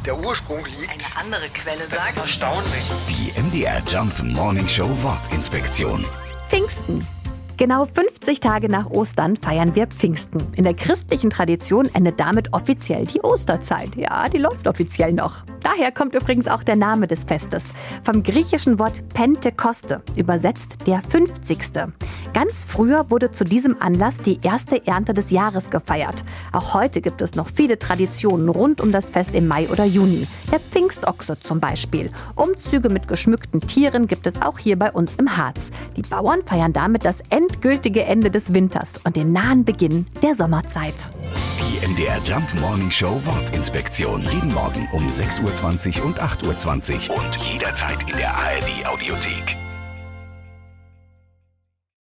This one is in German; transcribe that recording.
der Ursprung liegt. Eine andere Quelle Das sagt... ist erstaunlich. Die MDR Jump Morning Show Wortinspektion. Pfingsten. Genau 50 Tage nach Ostern feiern wir Pfingsten. In der christlichen Tradition endet damit offiziell die Osterzeit. Ja, die läuft offiziell noch. Daher kommt übrigens auch der Name des Festes. Vom griechischen Wort Pentekoste, übersetzt der 50. Ganz früher wurde zu diesem Anlass die erste Ernte des Jahres gefeiert. Auch heute gibt es noch viele Traditionen rund um das Fest im Mai oder Juni. Der Pfingstochse zum Beispiel. Umzüge mit geschmückten Tieren gibt es auch hier bei uns im Harz. Die Bauern feiern damit das endgültige Ende des Winters und den nahen Beginn der Sommerzeit. Die MDR Jump Morning Show Wortinspektion. Jeden Morgen um 6.20 Uhr und 8.20 Uhr und jederzeit in der ARD Audiothek.